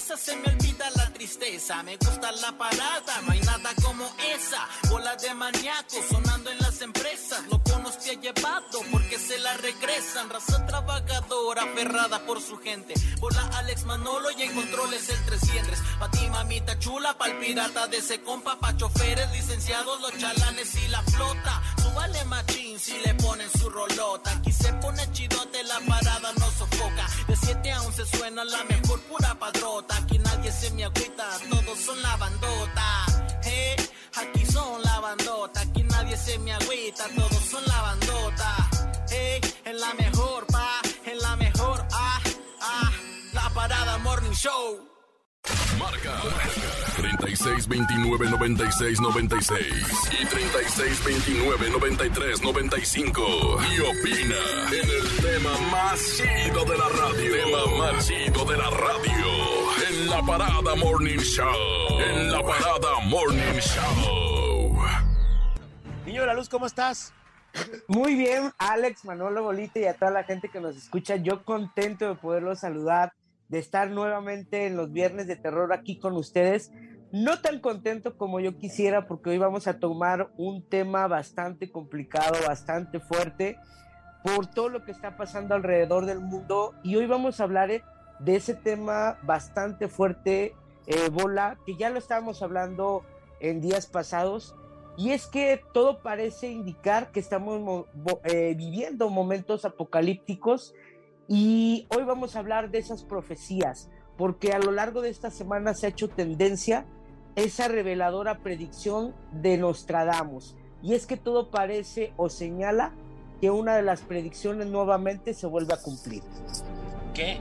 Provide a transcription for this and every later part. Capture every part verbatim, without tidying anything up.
risa se me olvida la tristeza. Me gusta la parada, no hay nada como esa. Bolas de maníacos sonando en las empresas. Lo conos te ha llevado porque se la regresan. Raza trabajadora, aferrada por su gente. Bola Alex Manolo y en controles el trescientos. Pa' ti mamita chula, pa'l pirata de ese compa. Pa' choferes, licenciados, los chalanes y la flota. Súbale machín si le ponen su rolota. Aquí se pone chidote, la parada no sofoca. De siete a once suena la mejor pura padrota. Aquí nadie se me agüita, todos son la bandota. Hey, aquí son la bandota. Aquí nadie se me agüita, todos son la bandota. Hey, en la mejor, pa, en la mejor, ah, ah, la parada Morning Show. Marca treinta y seis veintinueve noventa y seis noventa y seis y treinta y seis veintinueve noventa y tres noventa y cinco y opina en el tema más chido de la radio. Tema más chido de la radio en la Parada Morning Show. En la Parada Morning Show. Niño de la Luz, ¿cómo estás? Muy bien, Alex, Manolo, Bolita y a toda la gente que nos escucha. Yo contento de poderlos saludar, de estar nuevamente en los Viernes de Terror aquí con ustedes. No tan contento como yo quisiera, porque hoy vamos a tomar un tema bastante complicado, bastante fuerte, por todo lo que está pasando alrededor del mundo. Y hoy vamos a hablar eh, de ese tema bastante fuerte, eh, Bola, que ya lo estábamos hablando en días pasados. Y es que todo parece indicar que estamos mo- eh, viviendo momentos apocalípticos. Y hoy vamos a hablar de esas profecías, porque a lo largo de esta semana se ha hecho tendencia esa reveladora predicción de Nostradamus. Y es que todo parece o señala que una de las predicciones nuevamente se vuelve a cumplir. ¿Qué?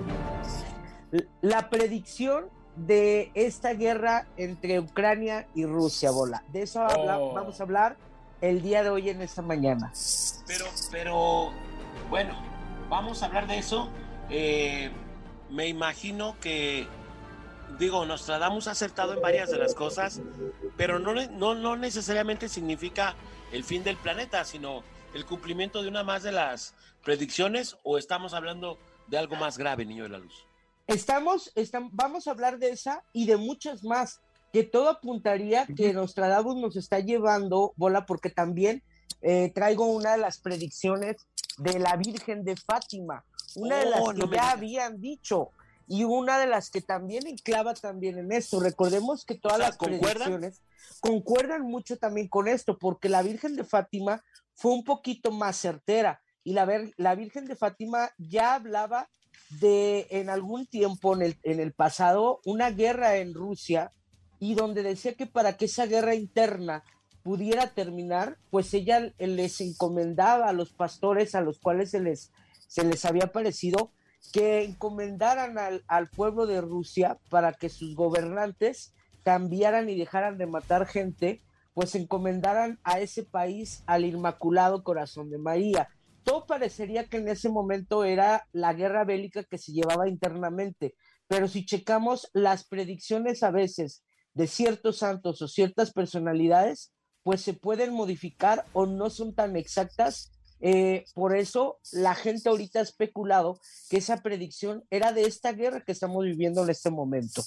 La predicción de esta guerra entre Ucrania y Rusia, Bola. De eso Oh. habla, vamos a hablar el día de hoy en esta mañana. Pero, pero, bueno, vamos a hablar de eso. Eh, me imagino que, digo, Nostradamus ha acertado en varias de las cosas, pero no, no, no necesariamente significa el fin del planeta, sino el cumplimiento de una más de las predicciones, o estamos hablando de algo más grave, Niño de la Luz. Estamos, estamos, vamos a hablar de esa y de muchas más, que todo apuntaría que Nostradamus nos está llevando, Bola, porque también eh, traigo una de las predicciones de la Virgen de Fátima, una de las Oh, que no me ya digas. habían dicho, y una de las que también enclava también en esto. Recordemos que todas O sea, las ¿concuerdan? predicciones concuerdan mucho también con esto, porque la Virgen de Fátima fue un poquito más certera, y la, ver, la Virgen de Fátima ya hablaba de en algún tiempo en el, en el pasado una guerra en Rusia, y donde decía que para que esa guerra interna pudiera terminar, pues ella les encomendaba a los pastores a los cuales se les, se les había parecido que encomendaran al, al pueblo de Rusia para que sus gobernantes cambiaran y dejaran de matar gente, pues encomendaran a ese país al Inmaculado Corazón de María. Todo parecería que en ese momento era la guerra bélica que se llevaba internamente, pero si checamos las predicciones a veces de ciertos santos o ciertas personalidades, pues se pueden modificar o no son tan exactas. Eh, por eso la gente ahorita ha especulado que esa predicción era de esta guerra que estamos viviendo en este momento.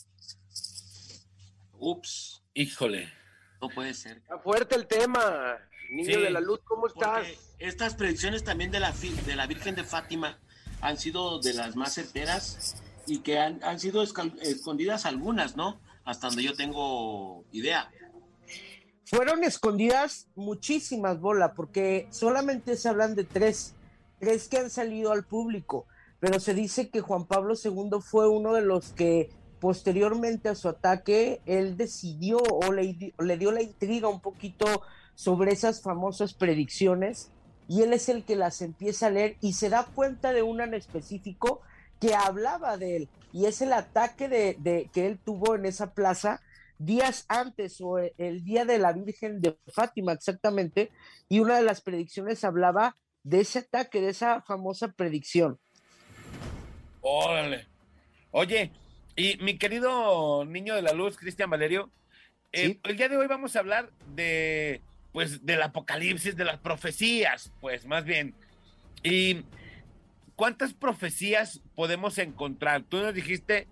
Ups, Híjole. no puede ser. Está fuerte el tema. Niño Sí, de la Luz, ¿cómo estás? Porque estas predicciones también de la, fi- de la Virgen de Fátima han sido de las más certeras y que han, han sido escal- escondidas algunas, ¿no? Hasta donde yo tengo idea. Fueron escondidas muchísimas, Bola, porque solamente se hablan de tres, tres que han salido al público, pero se dice que Juan Pablo segundo fue uno de los que posteriormente a su ataque, él decidió o le, le dio la intriga un poquito sobre esas famosas predicciones, y él es el que las empieza a leer y se da cuenta de una en específico que hablaba de él, y es el ataque de, de que él tuvo en esa plaza días antes, o el día de la Virgen de Fátima exactamente, y una de las predicciones hablaba de ese ataque, de esa famosa predicción. Órale. Oye, y mi querido Niño de la Luz, Cristian Valerio, eh, Sí. el día de hoy vamos a hablar de, pues, del apocalipsis, de las profecías, pues, más bien. ¿Y cuántas profecías podemos encontrar? Tú nos dijiste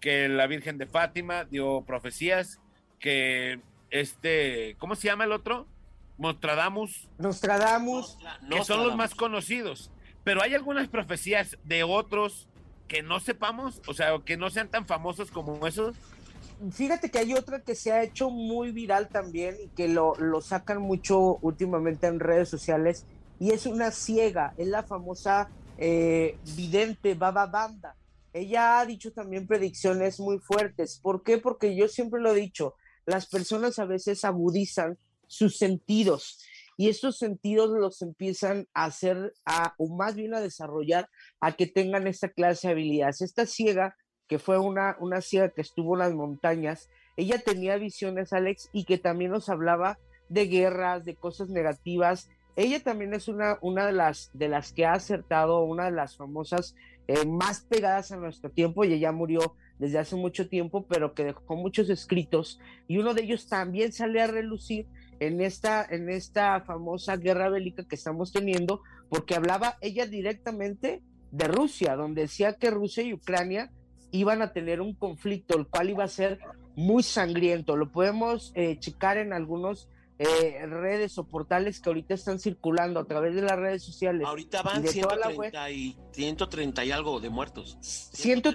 que la Virgen de Fátima dio profecías, que este, ¿cómo se llama el otro? Nostradamus. Nostradamus. Que son los más conocidos. Pero hay algunas profecías de otros que no sepamos, o sea, que no sean tan famosos como esos. Fíjate que hay otra que se ha hecho muy viral también y que lo, lo sacan mucho últimamente en redes sociales, y es una ciega, es la famosa eh, vidente Baba Vanda. Ella ha dicho también predicciones muy fuertes. ¿Por qué? Porque yo siempre lo he dicho, las personas a veces agudizan sus sentidos y estos sentidos los empiezan a hacer, a, o más bien a desarrollar, a que tengan esta clase de habilidades. Esta ciega, que fue una, una ciega que estuvo en las montañas, ella tenía visiones, Alex, y que también nos hablaba de guerras, de cosas negativas. Ella también es una, una de, las, de las que ha acertado, una de las famosas eh, más pegadas a nuestro tiempo, y ella murió desde hace mucho tiempo, pero que dejó muchos escritos, y uno de ellos también sale a relucir en esta, en esta famosa guerra bélica que estamos teniendo, porque hablaba ella directamente de Rusia, donde decía que Rusia y Ucrania iban a tener un conflicto, el cual iba a ser muy sangriento. Lo podemos eh, checar en algunos eh, redes o portales que ahorita están circulando a través de las redes sociales. Ahorita van ciento treinta y, ciento treinta y algo de muertos. ciento,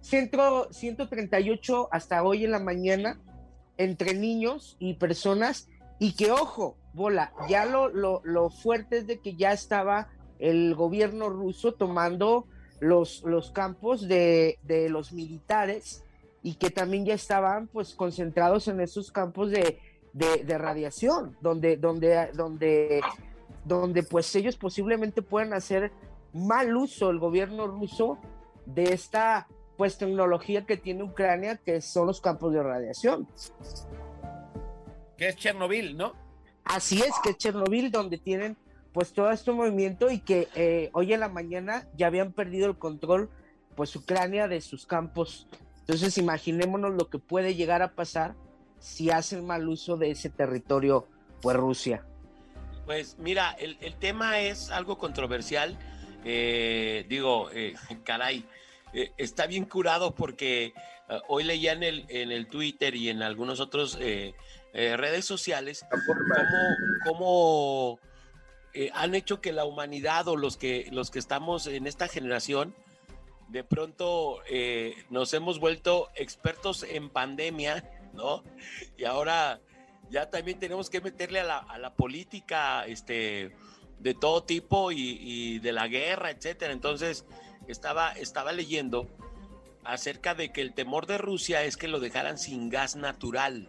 ciento treinta y ocho hasta hoy en la mañana entre niños y personas, y que ojo, Bola, ya lo, lo, lo fuerte es de que ya estaba el gobierno ruso tomando los, los campos de, de los militares, y que también ya estaban pues concentrados en esos campos de, de, de radiación, donde, donde, donde, donde pues ellos posiblemente puedan hacer mal uso, el gobierno ruso, de esta pues tecnología que tiene Ucrania, que son los campos de radiación. Que es Chernobyl, ¿no? Así es, que es Chernobyl, donde tienen pues todo este movimiento, y que eh, hoy en la mañana ya habían perdido el control pues Ucrania de sus campos. Entonces imaginémonos lo que puede llegar a pasar si hacen mal uso de ese territorio pues Rusia. Pues mira, el, el tema es algo controversial, eh, digo, eh, caray, eh, está bien curado porque uh, hoy leía en el, en el Twitter y en algunos otros eh, eh, redes sociales cómo, cómo eh, han hecho que la humanidad, o los que, los que estamos en esta generación, de pronto eh, nos hemos vuelto expertos en pandemia, ¿no? Y ahora ya también tenemos que meterle a la, a la política este, de todo tipo y, y de la guerra, etcétera. Entonces estaba, estaba leyendo acerca de que el temor de Rusia es que lo dejaran sin gas natural.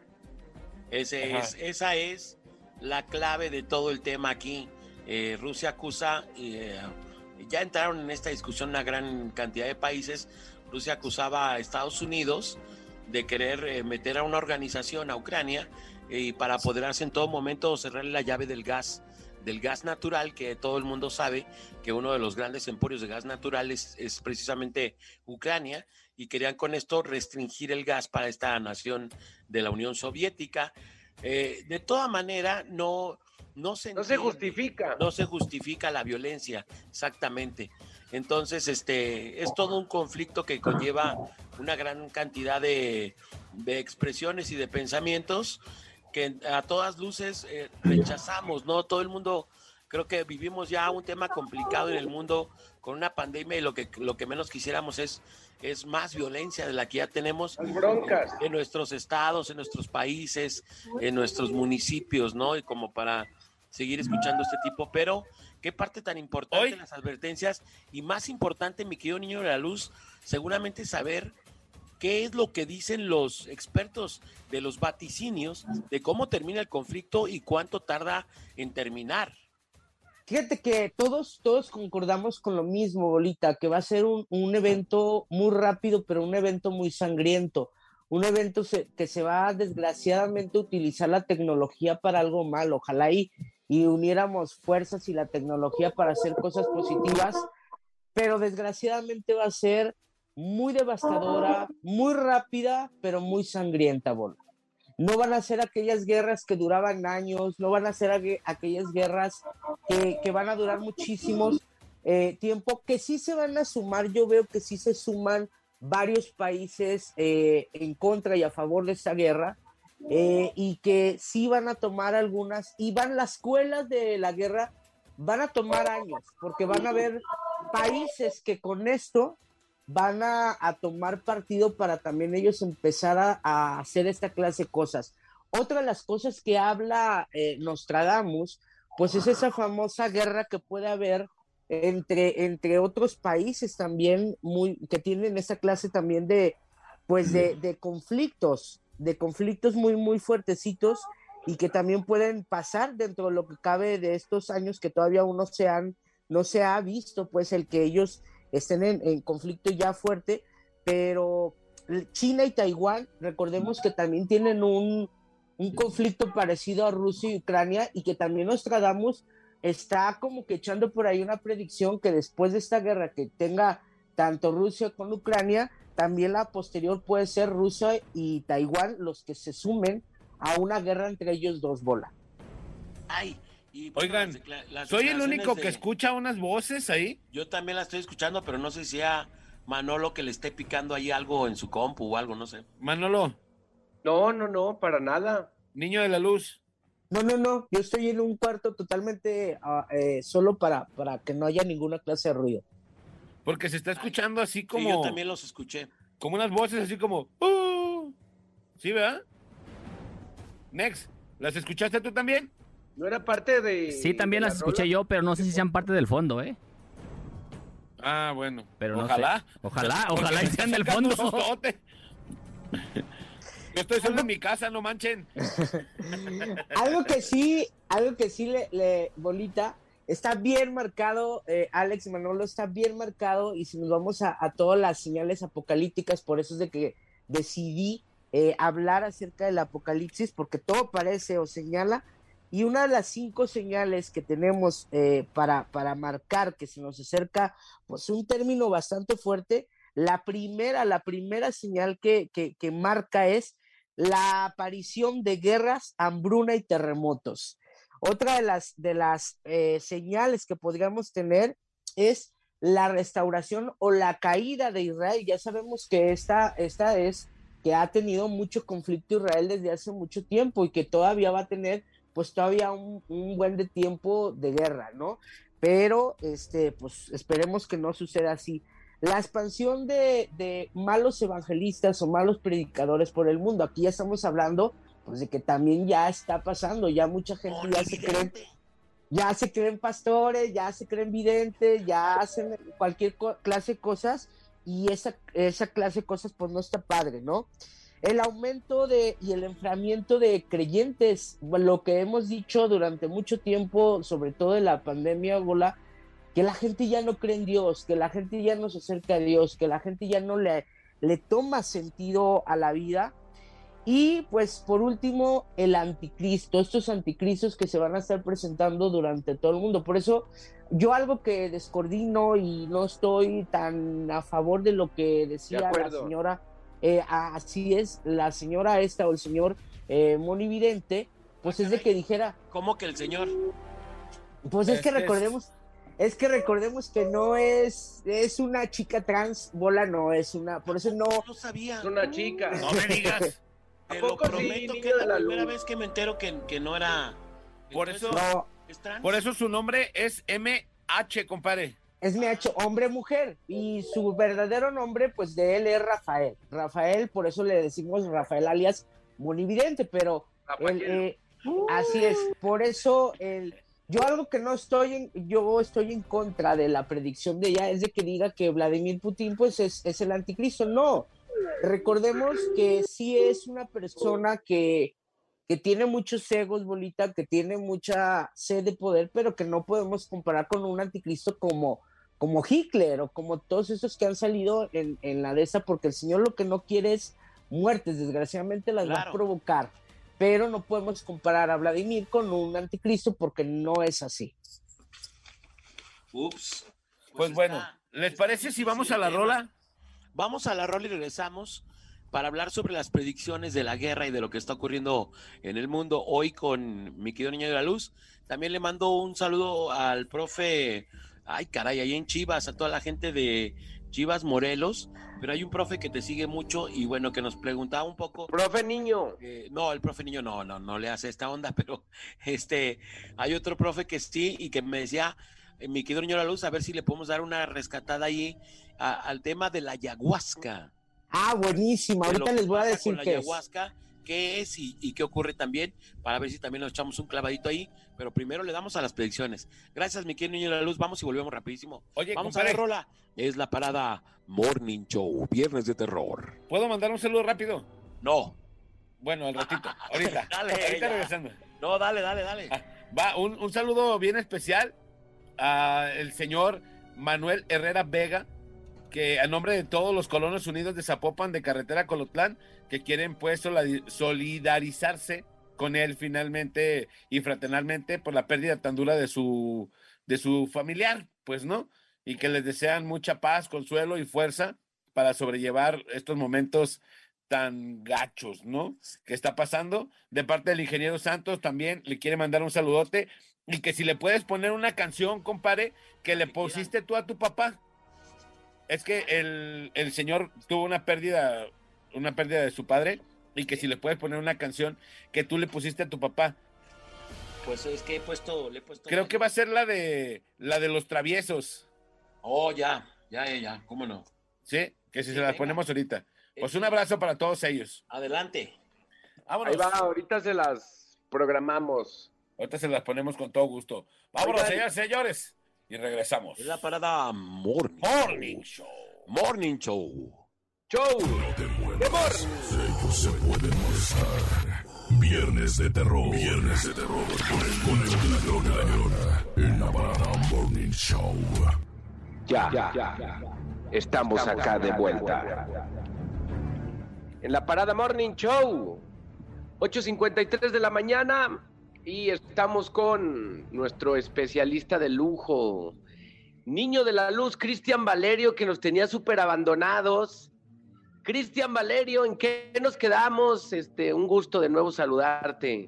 Ese es, esa es la clave de todo el tema aquí. Eh, Rusia acusa... Eh, ya entraron en esta discusión una gran cantidad de países. Rusia acusaba a Estados Unidos de querer eh, meter a una organización a Ucrania eh, y para apoderarse en todo momento, cerrarle la llave del gas, del gas natural, que todo el mundo sabe que uno de los grandes emporios de gas natural es, es precisamente Ucrania, y querían con esto restringir el gas para esta nación de la Unión Soviética. Eh, de toda manera, no... No se, no se justifica. No se justifica la violencia, exactamente. Entonces, este, es todo un conflicto que conlleva una gran cantidad de, de expresiones y de pensamientos que a todas luces eh, rechazamos, ¿no? Todo el mundo, creo que vivimos ya un tema complicado en el mundo con una pandemia, y lo que, lo que menos quisiéramos es, es más violencia de la que ya tenemos en, en nuestros estados, en nuestros países, en nuestros municipios, ¿no? Y como para seguir escuchando este tipo, pero qué parte tan importante Hoy. las advertencias, y más importante, mi querido niño de la luz, seguramente saber qué es lo que dicen los expertos de los vaticinios de cómo termina el conflicto y cuánto tarda en terminar. Fíjate que todos, todos concordamos con lo mismo, Bolita, que va a ser un, un evento muy rápido, pero un evento muy sangriento, un evento se, que se va a desgraciadamente utilizar la tecnología para algo malo. Ojalá y, y uniéramos fuerzas y la tecnología para hacer cosas positivas, pero desgraciadamente va a ser muy devastadora, muy rápida, pero muy sangrienta, Bola. No van a ser aquellas guerras que duraban años, no van a ser aqu- aquellas guerras que, que van a durar muchísimos eh, tiempo, que sí se van a sumar. Yo veo que sí se suman varios países eh, en contra y a favor de esta guerra, eh, y que sí van a tomar algunas, y van las escuelas de la guerra, van a tomar años, porque van a haber países que con esto van a, a tomar partido para también ellos empezar a, a hacer esta clase de cosas. Otra de las cosas que habla eh, Nostradamus, pues es esa famosa guerra que puede haber entre, entre otros países también muy, que tienen esa clase también de, pues de, de conflictos, de conflictos muy, muy fuertecitos y que también pueden pasar dentro de lo que cabe de estos años que todavía uno se han, no se ha visto, pues el que ellos estén en, en conflicto ya fuerte, pero China y Taiwán, recordemos que también tienen un, un conflicto parecido a Rusia y Ucrania, y que también Nostradamus está como que echando por ahí una predicción que después de esta guerra que tenga tanto Rusia con Ucrania, también la posterior puede ser Rusia y Taiwán los que se sumen a una guerra entre ellos dos, Bola. Ay, y bueno, Oigan, las decla- las ¿soy el declaraciones único de- que escucha unas voces ahí? Yo también la estoy escuchando, pero no sé si a Manolo que le esté picando ahí algo en su compu o algo, no sé. Manolo, No, no, no, para nada. niño de la luz. No, no, no, yo estoy en un cuarto totalmente uh, eh, solo para, para que no haya ninguna clase de ruido. Porque se está escuchando así como, Sí, yo también los escuché. como unas voces así como... "Uh". ¿Sí, verdad? Next, ¿las escuchaste tú también? No era parte de. Sí, también de las la escuché rola? yo, pero no sé si sean parte del fondo, ¿eh? Ah, bueno. Pero no ojalá. sé. Ojalá, ojalá y sean del Sacando fondo. un sustote. Yo estoy solo en mi casa, no manchen. Algo que sí, algo que sí le, le Bolita, está bien marcado, eh, Alex Manolo, está bien marcado, y si nos vamos a, a todas las señales apocalípticas, por eso es de que decidí eh, hablar acerca del apocalipsis, porque todo parece o señala, y una de las cinco señales que tenemos eh, para, para marcar que se nos acerca pues un término bastante fuerte, la primera, la primera señal que, que, que marca es la aparición de guerras, hambruna y terremotos. Otra de las, de las eh, señales que podríamos tener es la restauración o la caída de Israel. Ya sabemos que esta, esta es que ha tenido mucho conflicto Israel desde hace mucho tiempo y que todavía va a tener pues todavía un, un buen de tiempo de guerra, ¿no? Pero este, pues esperemos que no suceda así. La expansión de, de malos evangelistas o malos predicadores por el mundo. Aquí ya estamos hablando pues de que también ya está pasando, ya mucha gente ya se creen, ya se creen pastores, ya se creen videntes, ya hacen cualquier co- clase de cosas, y esa, esa clase de cosas pues no está padre, ¿no? El aumento de y el enfriamiento de creyentes, lo que hemos dicho durante mucho tiempo, sobre todo en la pandemia, Bola, que la gente ya no cree en Dios, que la gente ya no se acerca a Dios, que la gente ya no le, le toma sentido a la vida. Y pues por último, el anticristo, estos anticristos que se van a estar presentando durante todo el mundo. Por eso yo algo que descoordino y no estoy tan a favor de lo que decía De la acuerdo. señora, eh, así es, la señora esta o el señor eh, monividente, pues es de que dijera, ¿Cómo que el señor? pues es Es que que es- recordemos, es que recordemos que no es, es una chica trans, Bola, no es una, por eso no, No sabía. Es una chica. No me digas. Te ¿A lo poco sí, prometo niño que es de la la primera luz? vez que me entero que, que no era. Por Entonces, eso- no, ¿es trans? Por eso su nombre es M H, compadre. es mi hecho hombre-mujer, y su verdadero nombre, pues de él es Rafael. Rafael, por eso le decimos Rafael alias Monividente, pero él, eh, así es, por eso el, yo algo que no estoy en, yo estoy en contra de la predicción de ella es de que diga que Vladimir Putin pues es, es el anticristo. No, recordemos que sí es una persona que que tiene muchos egos, Bolita, que tiene mucha sed de poder, pero que no podemos comparar con un anticristo como, como Hitler o como todos esos que han salido en, en la de esa, porque el Señor lo que no quiere es muertes, desgraciadamente las va Claro. a provocar, pero no podemos comparar a Vladimir con un anticristo porque no es así. Ups. Pues bueno, está- ¿les está parece si difícil vamos a el la tema. rola? Vamos a la rola y regresamos para hablar sobre las predicciones de la guerra y de lo que está ocurriendo en el mundo hoy con mi querido Niño de la Luz. También le mando un saludo al profe, ay caray, ahí en Chivas, a toda la gente de, Chivas Morelos, pero hay un profe que te sigue mucho y bueno, que nos preguntaba un poco. Profe Niño. Eh, no, el profe Niño no, no, no le hace esta onda, pero este, hay otro profe que sí y que me decía, eh, mi querido Niño La Luz, a ver si le podemos dar una rescatada ahí a, al tema de la ayahuasca. Ah, buenísimo. Ahorita les voy a decir qué qué es. Ayahuasca, qué es y, y qué ocurre también, para ver si también nos echamos un clavadito ahí, pero primero le damos a las predicciones. Gracias, mi querido Niño de la Luz, vamos y volvemos rapidísimo. Oye, vamos compadre, a ver, Rola. Es la parada Morning Show, Viernes de Terror. ¿puedo mandar un saludo rápido? No. Bueno, al ratito, ahorita. Dale, ahorita ya. regresando. No, dale, dale, dale. Ah, va, un, un saludo bien especial al señor Manuel Herrera Vega, que a nombre de todos los colonos unidos de Zapopan de Carretera Colotlán, que quieren pues solidarizarse con él finalmente y fraternalmente por la pérdida tan dura de su, de su familiar, pues, ¿no? Y que les desean mucha paz, consuelo y fuerza para sobrellevar estos momentos tan gachos, ¿no? Que está pasando. De parte del ingeniero Santos también le quiere mandar un saludote y que si le puedes poner una canción, compadre, que le pusiste tú a tu papá. Es que el, el señor tuvo una pérdida, una pérdida de su padre, y que si le puedes poner una canción que tú le pusiste a tu papá. Pues es que he puesto, le he puesto. Creo que va a ser la de la de los traviesos. Oh, ya, ya, ya, ya, cómo no. Sí, que si Sí, se las venga. ponemos ahorita. Pues Eh, un abrazo para todos ellos. Adelante. Vámonos. Ahí va, ahorita se las programamos. Ahorita se las ponemos con todo gusto. Vámonos, Oigan. señores, señores. Y regresamos. Es la parada Morning, Morning Show. Show. Morning Show. ¡Show! No te muevas. ¡De amor! Ellos se pueden molestar. Viernes de terror. Viernes de terror. Con el conejo de la llora. De la llora. En la parada Morning Show. Ya, ya, ya. Estamos acá de vuelta. En la parada Morning Show. ocho cincuenta y tres de la mañana. Y estamos con nuestro especialista de lujo, Niño de la Luz, Cristian Valerio, que nos tenía súper abandonados. Cristian Valerio, ¿en qué nos quedamos? Este, un gusto de nuevo saludarte.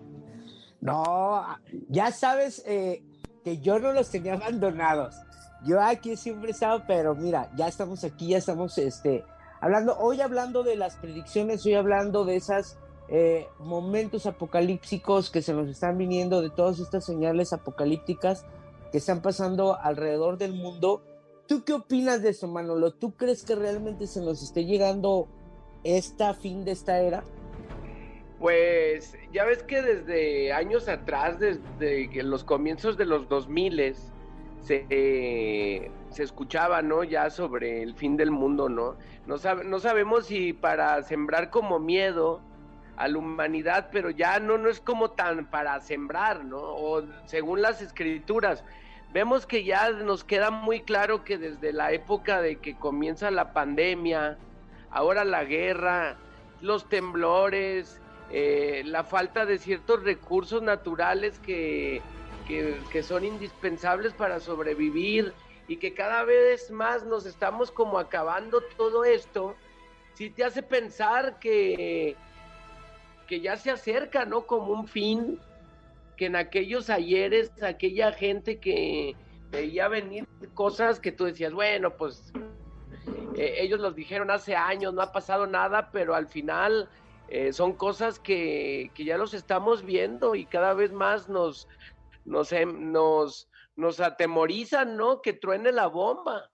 No, ya sabes eh, que yo no los tenía abandonados. Yo aquí siempre he estado, pero mira, ya estamos aquí, ya estamos este, hablando, hoy hablando de las predicciones, hoy hablando de esas eh, momentos apocalípticos que se nos están viniendo, de todas estas señales apocalípticas que están pasando alrededor del mundo. ¿Tú qué opinas de eso, Manolo? ¿Tú crees que realmente se nos esté llegando esta fin de esta era? Pues ya ves que desde años atrás, desde que los comienzos de los dos mil, se, eh, se escuchaba, ¿no? Ya sobre el fin del mundo, ¿no? No, sab- no sabemos si para sembrar como miedo a la humanidad, pero ya no, no es como tan para sembrar, ¿no? O según las escrituras. Vemos que ya nos queda muy claro que desde la época de que comienza la pandemia, ahora la guerra, los temblores, eh, la falta de ciertos recursos naturales que, que, que son indispensables para sobrevivir y que cada vez más nos estamos como acabando todo esto, sí te hace pensar que, que ya se acerca, ¿no? Como un fin, que en aquellos ayeres, aquella gente que veía venir cosas que tú decías, bueno, pues eh, ellos los dijeron hace años, no ha pasado nada, pero al final eh, son cosas que, que ya los estamos viendo y cada vez más nos, nos, em, nos, nos atemorizan, ¿no? Que truene la bomba.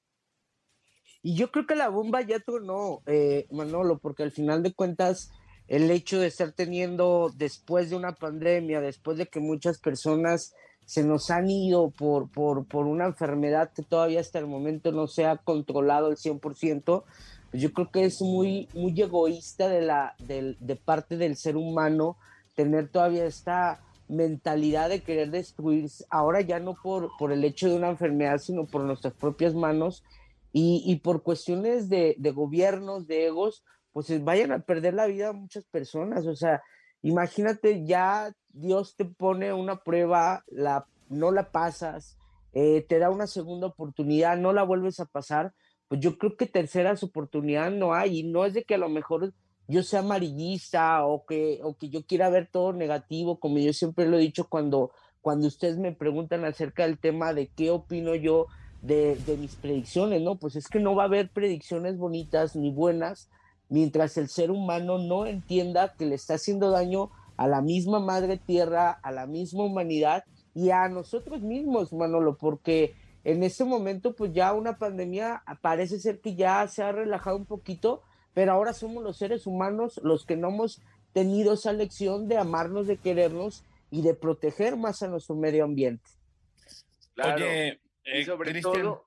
Y yo creo que la bomba ya tronó, eh, Manolo, porque al final de cuentas el hecho de estar teniendo, después de una pandemia, después de que muchas personas se nos han ido por, por, por una enfermedad que todavía hasta el momento no se ha controlado al cien por ciento, pues yo creo que es muy, muy egoísta de, la, de, de parte del ser humano tener todavía esta mentalidad de querer destruir, ahora ya no por, por el hecho de una enfermedad, sino por nuestras propias manos y, y por cuestiones de, de gobiernos, de egos, pues vayan a perder la vida muchas personas. O sea, imagínate, ya Dios te pone una prueba, la, no la pasas, eh, te da una segunda oportunidad, no la vuelves a pasar, pues yo creo que terceras oportunidades no hay, y no es de que a lo mejor yo sea amarillista o que, o que yo quiera ver todo negativo, como yo siempre lo he dicho cuando, cuando ustedes me preguntan acerca del tema de qué opino yo de, de mis predicciones, ¿no? Pues es que no va a haber predicciones bonitas ni buenas mientras el ser humano no entienda que le está haciendo daño a la misma madre tierra, a la misma humanidad y a nosotros mismos, Manolo, porque en este momento pues ya una pandemia parece ser que ya se ha relajado un poquito, pero ahora somos los seres humanos los que no hemos tenido esa lección de amarnos, de querernos y de proteger más a nuestro medio ambiente. Claro. Oye, y eh, sobre Cristian, todo...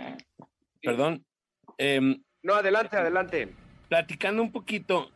perdón, eh, No, adelante, adelante. platicando un poquito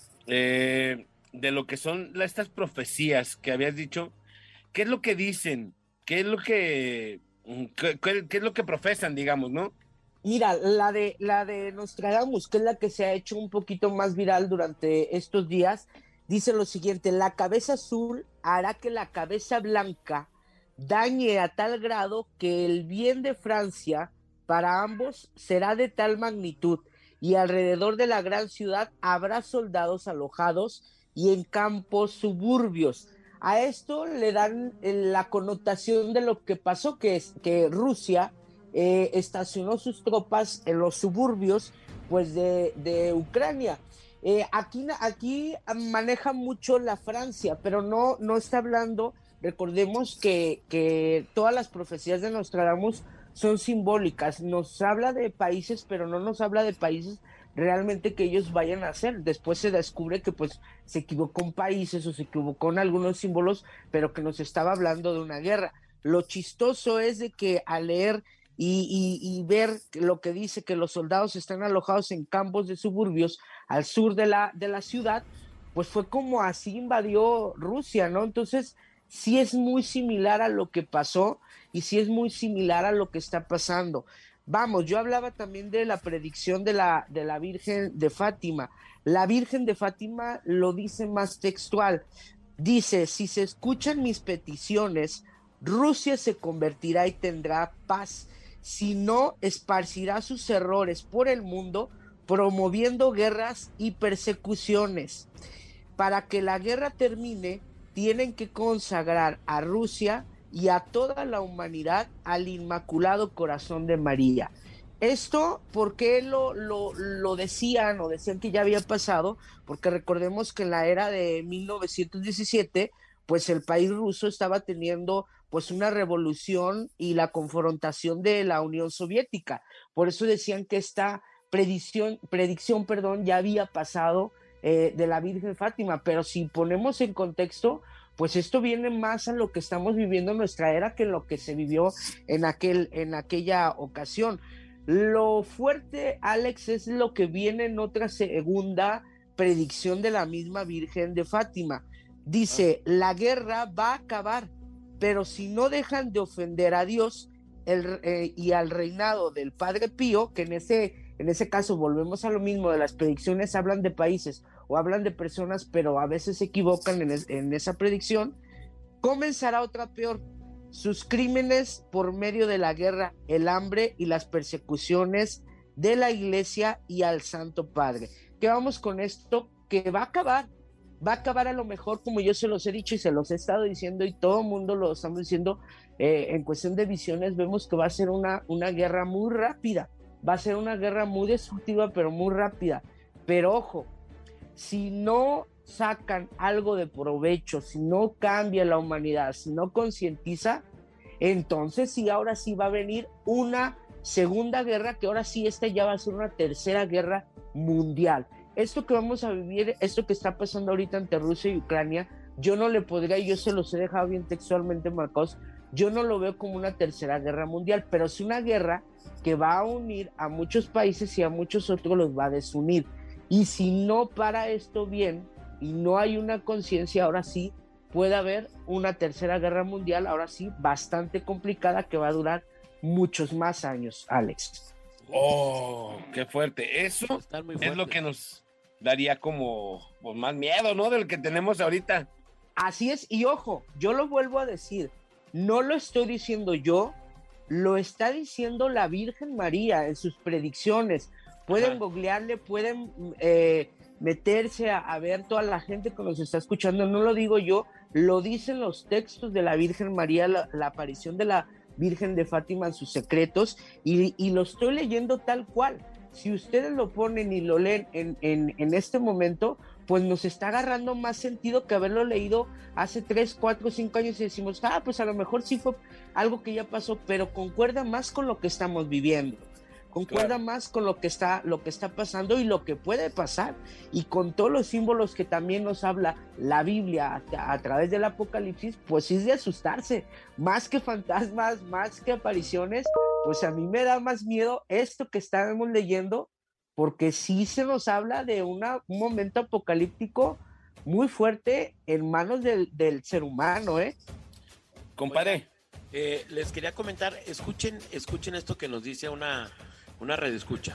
eh, de lo que son la- estas profecías que habías dicho, ¿qué es lo que dicen? ¿Qué es lo que, qué, qué- qué es lo que profesan, digamos, no? Mira, la de, la de Nostradamus, que es la que se ha hecho un poquito más viral durante estos días, dice lo siguiente: la cabeza azul hará que la cabeza blanca dañe a tal grado que el bien de Francia para ambos será de tal magnitud y alrededor de la gran ciudad habrá soldados alojados y en campos suburbios. A esto le dan eh, la connotación de lo que pasó, que es que Rusia eh, estacionó sus tropas en los suburbios pues de, de Ucrania. Eh, aquí, aquí maneja mucho la Francia, pero no, no está hablando, recordemos que, que todas las profecías de Nostradamus son simbólicas, nos habla de países, pero no nos habla de países realmente que ellos vayan a hacer. Después se descubre que pues se equivocó en países o se equivocó en algunos símbolos, pero que nos estaba hablando de una guerra. Lo chistoso es de que al leer y, y, y ver lo que dice que los soldados están alojados en campos de suburbios al sur de la, de la ciudad, pues fue como así invadió Rusia, ¿no? Entonces, sí es muy similar a lo que pasó y sí es muy similar a lo que está pasando. Vamos, yo hablaba también de la predicción de la, de la Virgen de Fátima. La Virgen de Fátima lo dice más textual. Dice: si se escuchan mis peticiones, Rusia se convertirá y tendrá paz. Si no, esparcirá sus errores por el mundo, promoviendo guerras y persecuciones. Para que la guerra termine, tienen que consagrar a Rusia y a toda la humanidad al Inmaculado Corazón de María. Esto, ¿por qué lo, lo, lo decían o decían que ya había pasado? Porque recordemos que en la era de mil novecientos diecisiete, pues el país ruso estaba teniendo pues una revolución y la confrontación de la Unión Soviética. Por eso decían que esta predicción, predicción perdón, ya había pasado eh, de la Virgen Fátima. Pero si ponemos en contexto, pues esto viene más a lo que estamos viviendo en nuestra era que en lo que se vivió en, aquel, en aquella ocasión. Lo fuerte, Alex, es lo que viene en otra segunda predicción de la misma Virgen de Fátima. Dice: la guerra va a acabar, pero si no dejan de ofender a Dios el, eh, y al reinado del Padre Pío, que en ese, en ese caso volvemos a lo mismo, de las predicciones hablan de países o hablan de personas, pero a veces se equivocan en, es, en esa predicción, comenzará otra peor: sus crímenes por medio de la guerra, el hambre y las persecuciones de la Iglesia y al Santo Padre. ¿Qué vamos con esto? Que va a acabar, va a acabar a lo mejor, como yo se los he dicho y se los he estado diciendo y todo el mundo lo estamos diciendo, eh, en cuestión de visiones vemos que va a ser una, una guerra muy rápida, va a ser una guerra muy destructiva pero muy rápida. Pero ojo, si no sacan algo de provecho, si no cambia la humanidad, si no concientiza, entonces sí, ahora sí va a venir una segunda guerra, que ahora sí esta ya va a ser una tercera guerra mundial. Esto que vamos a vivir, esto que está pasando ahorita entre Rusia y Ucrania, yo no le podría, yo se los he dejado bien textualmente marcados, yo no lo veo como una tercera guerra mundial, pero sí una guerra que va a unir a muchos países y a muchos otros los va a desunir. Y si no para esto bien y no hay una conciencia, ahora sí puede haber una tercera guerra mundial, ahora sí bastante complicada, que va a durar muchos más años, Alex. Oh, qué fuerte. Eso muy es lo fuertes. que nos daría como pues, más miedo, ¿no? Del que tenemos ahorita. Así es, y ojo, yo lo vuelvo a decir, no lo estoy diciendo yo, lo está diciendo la Virgen María en sus predicciones. Pueden Ajá. googlearle, pueden eh, meterse a, a ver toda la gente que nos está escuchando, no lo digo yo, lo dicen los textos de la Virgen María, la, la aparición de la, Virgen de Fátima en sus secretos, y, y lo estoy leyendo tal cual. Si ustedes lo ponen y lo leen en, en, en este momento, pues nos está agarrando más sentido que haberlo leído hace tres, cuatro, cinco años y decimos, ah, pues a lo mejor sí fue algo que ya pasó, pero concuerda más con lo que estamos viviendo, concuerda claro. más con lo que está, lo que está pasando y lo que puede pasar, y con todos los símbolos que también nos habla la Biblia a, a través del Apocalipsis, pues es de asustarse, más que fantasmas, más que apariciones, pues a mí me da más miedo esto que estamos leyendo, porque sí se nos habla de una, un momento apocalíptico muy fuerte en manos del, del ser humano, ¿eh? Compadre. Eh, les quería comentar, escuchen, escuchen esto que nos dice una, una red escucha.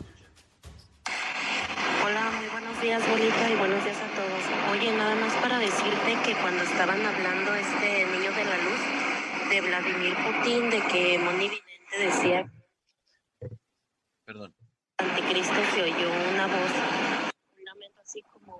Hola, muy buenos días, Bolita, y buenos días a todos. Oye, nada más para decirte que cuando estaban hablando este niño de la luz, de Vladimir Putin, de que Moni Vidente decía... Perdón. Anticristo, se oyó una voz, un lamento así como...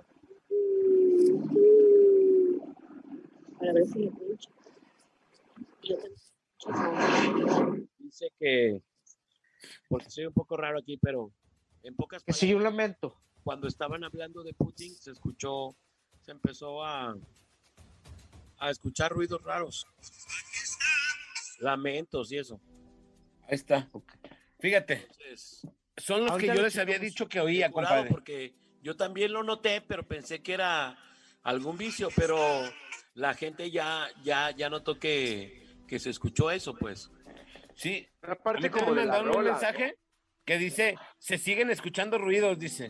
Para ver si lo escucho. Yo te escucho. Dice que, porque soy un poco raro aquí, pero en pocas palabras... Que sí, un lamento. Cuando estaban hablando de Putin, se escuchó, se empezó a, a escuchar ruidos raros. Lamentos y eso. Ahí está. Fíjate. Entonces, son los que yo les había dicho que oía, compadre. Porque yo también lo noté, pero pensé que era algún vicio, pero la gente ya, ya, ya notó que, que se escuchó eso, pues. Sí, aparte como me mandaron un mensaje, ¿no?, que dice, se siguen escuchando ruidos, dice.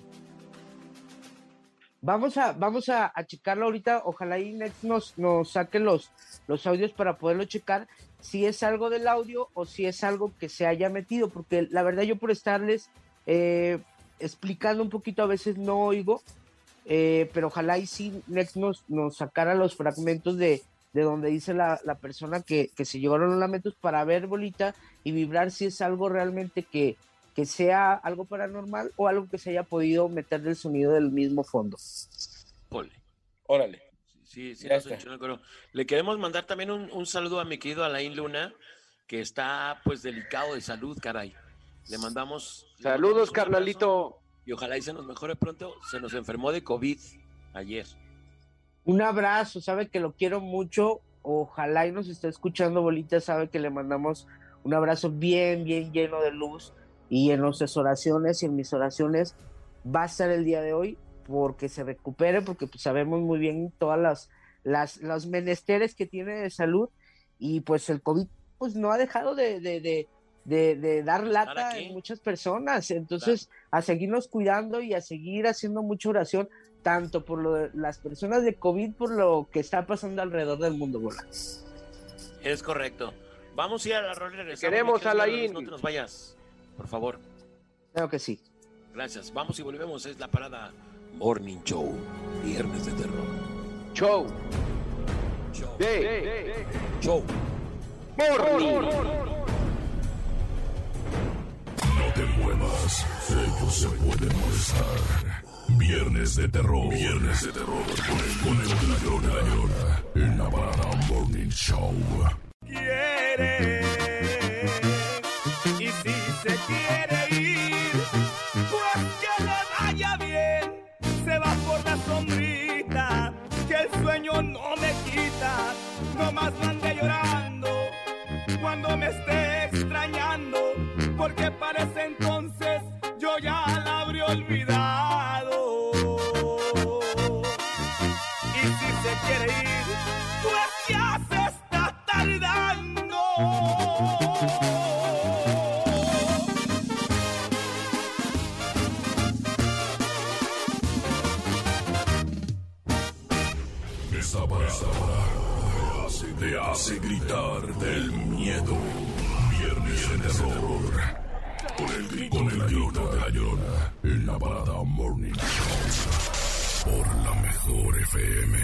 Vamos a, vamos a, a checarlo ahorita, ojalá y Next nos, nos saque los, los audios para poderlo checar, si es algo del audio o si es algo que se haya metido, porque la verdad yo por estarles eh, explicando un poquito a veces no oigo, eh, pero ojalá y sí Next nos, nos sacara los fragmentos de, de donde dice la, la persona que, que se llevaron los lamentos para ver, Bolita, y vibrar si es algo realmente que, que sea algo paranormal o algo que se haya podido meter del sonido del mismo fondo. Pole. Órale. Sí, sí, no sé, no, le queremos mandar también un, un saludo a mi querido Alain Luna, que está pues delicado de salud, caray. Le mandamos... Saludos, le mandamos carnalito. Y ojalá y se nos mejore pronto. Se nos enfermó de COVID ayer. Un abrazo, sabe que lo quiero mucho. Ojalá y nos esté escuchando, Bolita, sabe que le mandamos un abrazo bien, bien lleno de luz. Y en nuestras oraciones y en mis oraciones va a estar el día de hoy porque se recupere, porque pues sabemos muy bien todas las, las los menesteres que tiene de salud, y pues el COVID pues no ha dejado de, de, de, de, de dar lata en muchas personas, entonces claro, a seguirnos cuidando y a seguir haciendo mucha oración, tanto por lo de las personas de COVID, por lo que está pasando alrededor del mundo, Bola. Es correcto. Vamos a ir a la rola y regresamos. Queremos, Alain. No te nos vayas, por favor. Claro que sí. Gracias. Vamos y volvemos. Es la parada Morning Show. Viernes de terror. Show. Show. De. de, de. Show. Morning. No te muevas. Ellos se pueden molestar. Viernes de terror. Viernes de terror. Con el, con el Llora, Llora. En la parada Morning Show. Quiere. Y si se quiere ir, pues que le vaya bien. Se va por la sombrita, que el sueño no me quita. Nomás no ande llorando cuando me esté extrañando, porque parece entonces yo ya la habré olvidado. Y si se quiere ir, pues ya se está tardando. Esta palabra te hace, te hace gritar del miedo. Viernes de terror. Con el grito, con el grito de la Llorona. En la parada Morning Show. Por la mejor F M.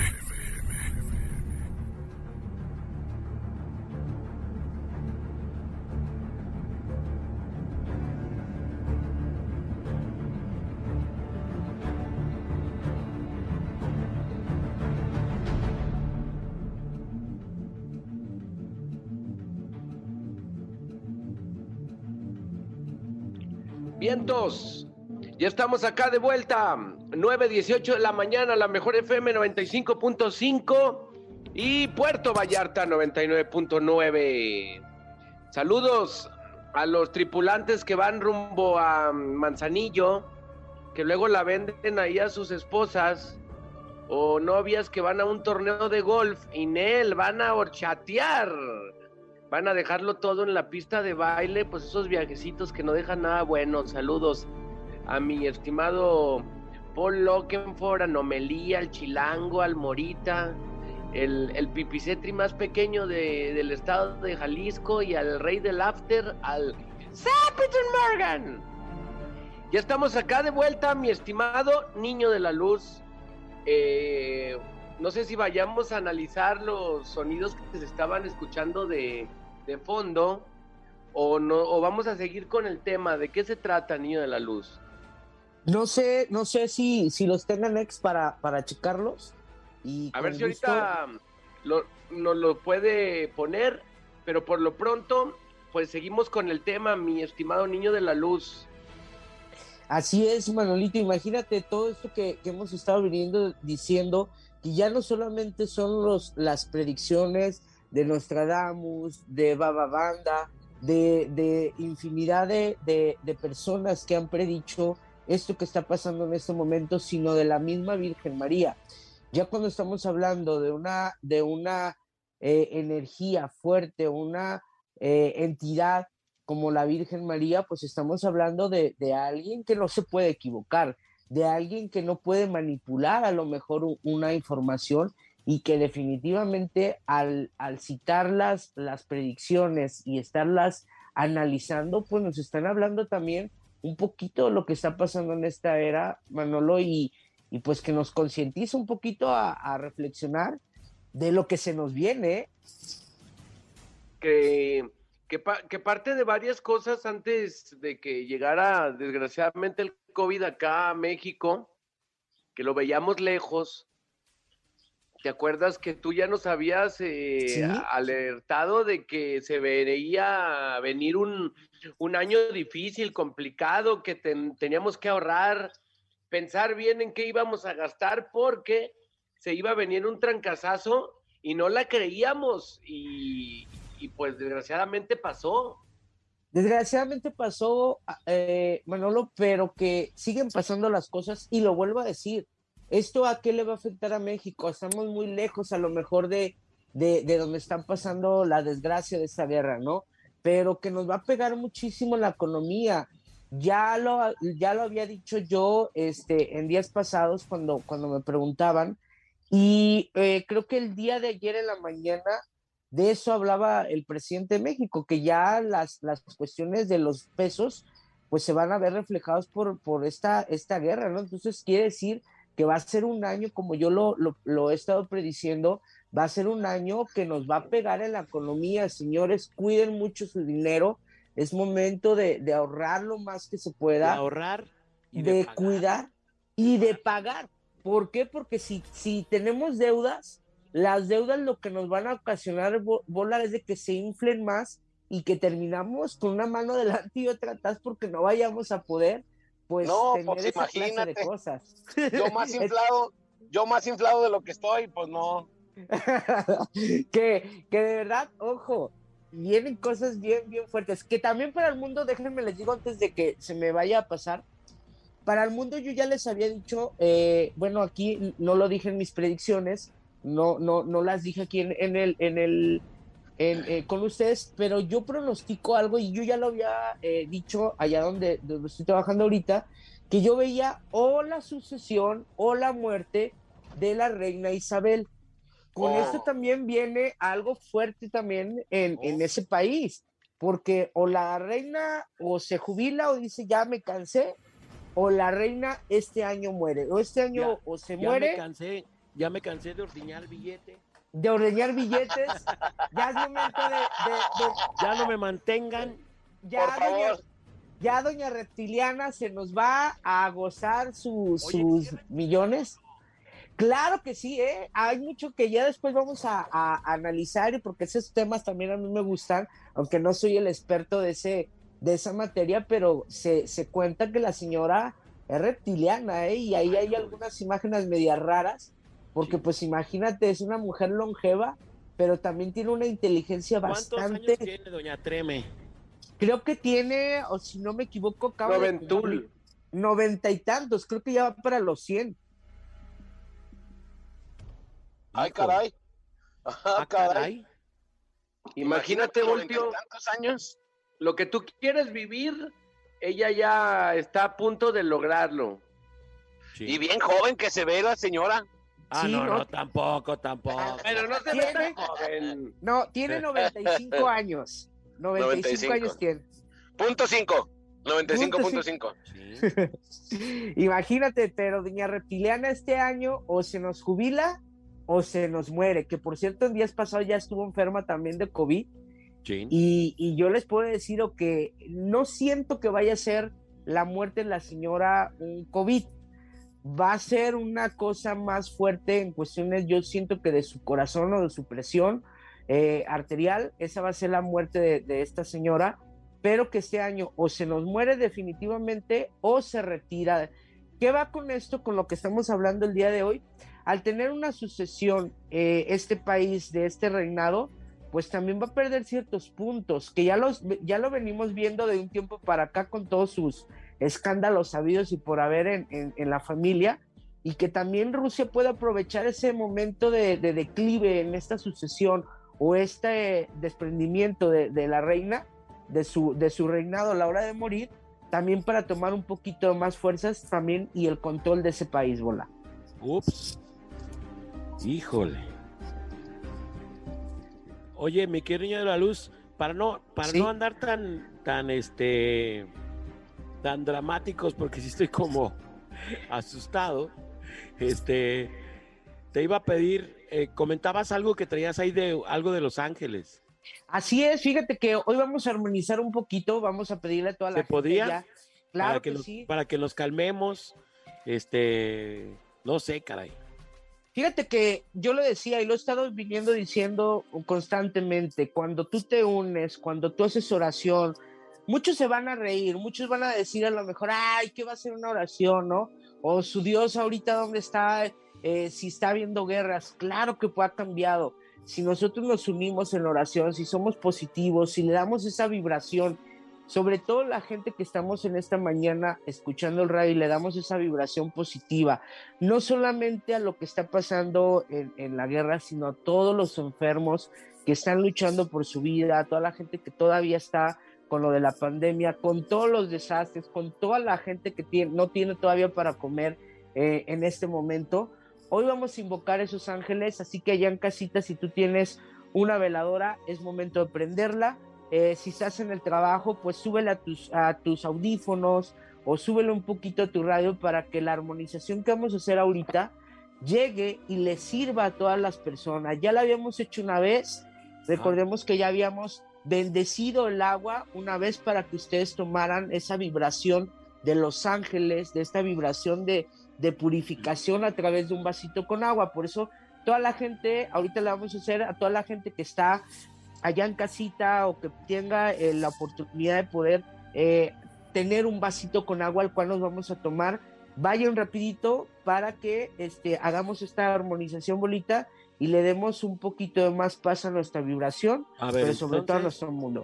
Vientos, ya estamos acá de vuelta, nueve dieciocho de la mañana, la mejor F M noventa y cinco punto cinco y Puerto Vallarta noventa y nueve punto nueve. Saludos a los tripulantes que van rumbo a Manzanillo, que luego la venden ahí a sus esposas, o novias que van a un torneo de golf, y Nel, van a horchatear. Van a dejarlo todo en la pista de baile, pues esos viajecitos que no dejan nada bueno. Saludos a mi estimado Paul Lockenford, a Nomelía, al Chilango, al Morita, el, el pipicetri más pequeño de, del estado de Jalisco, y al rey del after, al Peter Morgan. Ya estamos acá de vuelta, mi estimado niño de la luz. Eh, no sé si vayamos a analizar los sonidos que se estaban escuchando de... de fondo, o no, o vamos a seguir con el tema. ¿De qué se trata, niño de la luz? No sé, no sé si, si los tengan ex para, para checarlos. Y a ver si gusto... ahorita lo, nos lo puede poner, pero por lo pronto, pues seguimos con el tema, mi estimado niño de la luz. Así es, Manolito, imagínate todo esto que, que hemos estado viniendo diciendo, que ya no solamente son los, las predicciones de Nostradamus, de Baba Banda, de, de infinidad de, de, de personas que han predicho esto que está pasando en este momento, sino de la misma Virgen María. Ya cuando estamos hablando de una, de una eh, energía fuerte, una eh, entidad como la Virgen María, pues estamos hablando de, de alguien que no se puede equivocar, de alguien que no puede manipular a lo mejor una información, y que definitivamente al, al citar las, las predicciones y estarlas analizando, pues nos están hablando también un poquito de lo que está pasando en esta era, Manolo, y, y pues que nos concientiza un poquito a, a reflexionar de lo que se nos viene. Que, que, pa, que parte de varias cosas antes de que llegara desgraciadamente el COVID acá a México, que lo veíamos lejos. ¿Te acuerdas que tú ya nos habías eh, ¿Sí? alertado de que se vería venir un, un año difícil, complicado, que ten, teníamos que ahorrar, pensar bien en qué íbamos a gastar, porque se iba a venir un trancazazo y no la creíamos, y, y pues desgraciadamente pasó. Desgraciadamente pasó, eh, Manolo, pero que siguen pasando las cosas, y lo vuelvo a decir. ¿Esto a qué le va a afectar a México? Estamos muy lejos a lo mejor de, de, de donde están pasando la desgracia de esta guerra, ¿no? Pero que nos va a pegar muchísimo la economía. Ya lo, ya lo había dicho yo este, en días pasados cuando, cuando me preguntaban, y eh, creo que el día de ayer en la mañana de eso hablaba el presidente de México, que ya las, las cuestiones de los pesos pues se van a ver reflejados por, por esta, esta guerra, ¿no? Entonces quiere decir que va a ser un año, como yo lo, lo, lo he estado prediciendo, va a ser un año que nos va a pegar en la economía. Señores, cuiden mucho su dinero, es momento de, de ahorrar lo más que se pueda. De ahorrar y de, de pagar. cuidar y de pagar. ¿Por qué? Porque si, si tenemos deudas, las deudas lo que nos van a ocasionar, Bola, es de que se inflen más y que terminamos con una mano delante y otra atrás porque no vayamos a poder pues no, tener pues esa imagínate, clase de cosas. Yo más inflado, yo más inflado de lo que estoy, pues no. que, que de verdad, ojo, vienen cosas bien, bien fuertes, que también para el mundo, déjenme les digo antes de que se me vaya a pasar, para el mundo yo ya les había dicho, eh, bueno, aquí no lo dije en mis predicciones, no, no, no las dije aquí en, en el, en el En, eh, con ustedes, pero yo pronostico algo, y yo ya lo había eh, dicho allá donde, donde estoy trabajando ahorita, que yo veía o la sucesión o la muerte de la reina Isabel. Con Oh. esto también viene algo fuerte también en, Oh. en ese país, porque o la reina o se jubila o dice ya me cansé, o la reina este año muere, o este año Ya, o se ya muere. me cansé, ya me cansé de ordeñar billete. De ordeñar billetes, ya es momento de, de, de Ya no me mantengan. ya, Por doña, favor. ya doña Reptiliana se nos va a gozar sus, Oye, sus ¿sí? millones. Claro que sí, ¿eh? Hay mucho que ya después vamos a, a, a analizar, y porque esos temas también a mí me gustan, aunque no soy el experto de ese, de esa materia, pero se, se cuenta que la señora es reptiliana, ¿eh? Y ahí hay algunas imágenes medias raras, porque pues imagínate, es una mujer longeva, pero también tiene una inteligencia ¿Cuántos bastante... años tiene doña Treme? Creo que tiene, o si no me equivoco, acaba de Noventul. cumplir noventa y tantos, creo que ya va para los cien. Ay, caray. Ah, caray. Imagínate, Voltio, tantos años. lo que tú quieres vivir, ella ya está a punto de lograrlo. Sí. Y bien joven que se ve la señora. Ah, Sí, no, no. no, tampoco, tampoco. Pero no se ve ¿Tiene? tan joven. No, tiene noventa y cinco años. noventa y cinco noventa y cinco. años tiene. Punto cinco. noventa y cinco punto cinco. Sí. Imagínate, pero doña Reptiliana este año o se nos jubila o se nos muere, que por cierto en días pasados ya estuvo enferma también de COVID, Sí. y, y yo les puedo decir o que no siento que vaya a ser la muerte de la señora un COVID, va a ser una cosa más fuerte en cuestiones, yo siento que de su corazón o de su presión eh, arterial, esa va a ser la muerte de, de esta señora, pero que este año o se nos muere definitivamente o se retira. ¿Qué va con esto, con lo que estamos hablando el día de hoy? Al tener una sucesión, eh, este país de este reinado, pues también va a perder ciertos puntos, que ya, los, ya lo venimos viendo de un tiempo para acá con todos sus escándalos sabidos y por haber en, en, en la familia, y que también Rusia puede aprovechar ese momento de, de declive en esta sucesión o este desprendimiento de, de la reina, de su, de su reinado a la hora de morir, también para tomar un poquito más fuerzas también y el control de ese país, Bola. Ups. Híjole. Oye, mi querido niño de la luz, para no, para Sí. no andar tan, tan, este, tan dramáticos, porque sí estoy como asustado, este, te iba a pedir, eh, comentabas algo que traías ahí de algo de Los Ángeles. Así es, fíjate que hoy vamos a armonizar un poquito, vamos a pedirle a toda la ¿Se gente podía? ya. Claro para que, que, nos, sí. para que nos calmemos, este, no sé, caray. Fíjate que yo lo decía y lo he estado viniendo diciendo constantemente, cuando tú te unes, cuando tú haces oración, muchos se van a reír, muchos van a decir a lo mejor, ay, ¿qué va a ser una oración, no? O su Dios ahorita dónde está, eh, si está habiendo guerras, claro que ha cambiado. Si nosotros nos unimos en oración, si somos positivos, si le damos esa vibración, sobre todo la gente que estamos en esta mañana escuchando el radio y le damos esa vibración positiva, no solamente a lo que está pasando en, en la guerra, sino a todos los enfermos que están luchando por su vida, a toda la gente que todavía está con lo de la pandemia, con todos los desastres, con toda la gente que tiene, no tiene todavía para comer eh, en este momento. Hoy vamos a invocar a esos ángeles, así que allá en casita, si tú tienes una veladora, es momento de prenderla. Eh, si estás en el trabajo, pues súbele a tus, a tus audífonos o súbele un poquito a tu radio para que la armonización que vamos a hacer ahorita llegue y le sirva a todas las personas. Ya la habíamos hecho una vez, recordemos que ya habíamos bendecido el agua una vez para que ustedes tomaran esa vibración de los ángeles, de esta vibración de, de purificación a través de un vasito con agua. Por eso toda la gente, ahorita le vamos a hacer a toda la gente que está allá en casita o que tenga eh, la oportunidad de poder eh, tener un vasito con agua al cual nos vamos a tomar, vayan rapidito para que este, hagamos esta armonización, Bolita, y le demos un poquito de más paz a nuestra vibración, A ver, pero sobre entonces... todo a nuestro mundo.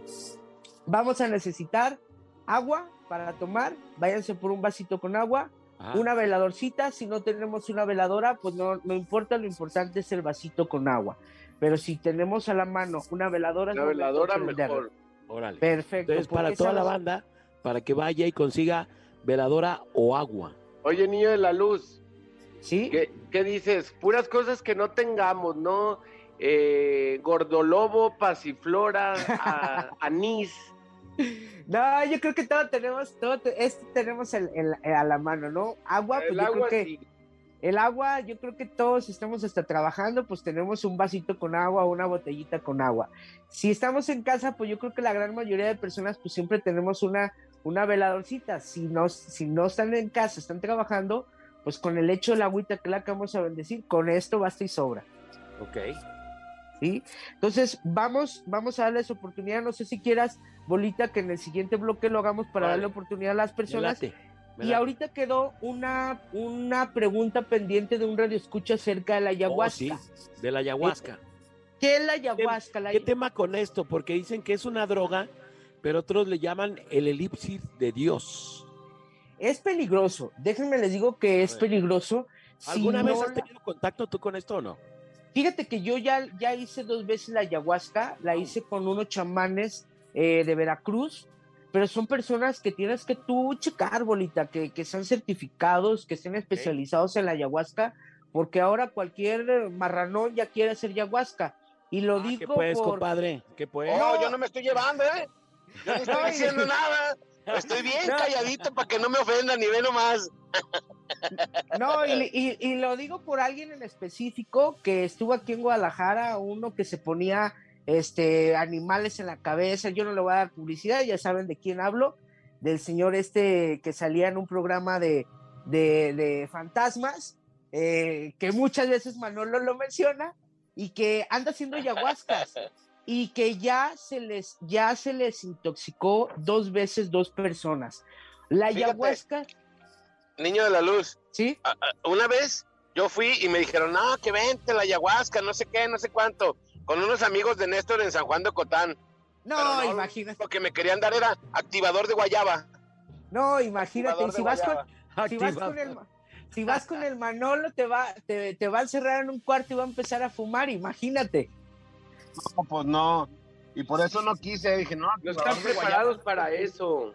Vamos a necesitar agua para tomar, váyanse por un vasito con agua, Ah. una veladorcita, si no tenemos una veladora, pues no, no importa, lo importante es el vasito con agua. Pero si tenemos a la mano una veladora, La es momento de veladora prenderla. mejor. Órale. Perfecto. Entonces, para porque toda esa la nos- banda, para que vaya y consiga veladora o agua. Oye, niño de la luz, ¿Sí? ¿qué, qué dices? Puras cosas que no tengamos, ¿no? Eh, gordolobo, pasiflora, a- anís. No, yo creo que todo tenemos, todo te- esto tenemos el, el- a la mano, ¿no? Agua, pues El yo agua creo que sí. el agua, yo creo que todos estamos hasta trabajando, pues tenemos un vasito con agua o una botellita con agua. Si estamos en casa, pues yo creo que la gran mayoría de personas, pues siempre tenemos una, una veladorcita. Si no, si no están en casa, están trabajando, pues con el hecho de la agüita que la acabamos a bendecir, con esto basta y sobra. Ok. ¿sí? Entonces, vamos, vamos a darles oportunidad. No sé si quieras, Bolita, que en el siguiente bloque lo hagamos para Vale. darle oportunidad a las personas. Me late, me Y late. ahorita quedó una, una pregunta pendiente de un radioescucha acerca de la ayahuasca. Oh, sí, de la ayahuasca. ¿Qué es la ayahuasca? La ¿Qué tema con esto? Porque dicen que es una droga, pero otros le llaman el elixir de Dios. Es peligroso. Déjenme les digo que es ver. peligroso. Si ¿Alguna vez no has la- tenido contacto tú con esto o no? Fíjate que yo ya, ya hice dos veces la ayahuasca, la hice con unos chamanes eh, de Veracruz, pero son personas que tienes que tú checar, Bolita, que, que sean certificados, que estén especializados en la ayahuasca, porque ahora cualquier marranón ya quiere hacer ayahuasca. Y lo digo ¿Qué pues, por... compadre? ¿Qué pues? No, yo no me estoy llevando, ¿eh? Yo no estoy No, y- diciendo nada. Estoy bien No. calladito para que no me ofendan ni ve nomás. No, y, y- y lo digo por alguien en específico que estuvo aquí en Guadalajara, uno que se ponía este, animales en la cabeza. Yo no le voy a dar publicidad, ya saben de quién hablo, del señor este que salía en un programa de, de, de fantasmas, eh, que muchas veces Manolo lo menciona, y que anda haciendo ayahuascas, y que ya se les, ya se les intoxicó dos veces dos personas. La Fíjate. ayahuasca... Niño de la luz. ¿Sí? A- a- Una vez yo fui y me dijeron, no, que vente la ayahuasca, no sé qué, no sé cuánto, con unos amigos de Néstor en San Juan de Ocotán. No, Pero no, imagínate. Lo que me querían dar era activador de guayaba. No, imagínate, y Activador si de vas con, guayaba. si vas con el Ma- si vas con el Manolo, te va, te, te va a encerrar en un cuarto y va a empezar a fumar, imagínate. No, pues no. Y por eso no quise, dije, no, No activador están de guayaba. preparados para eso.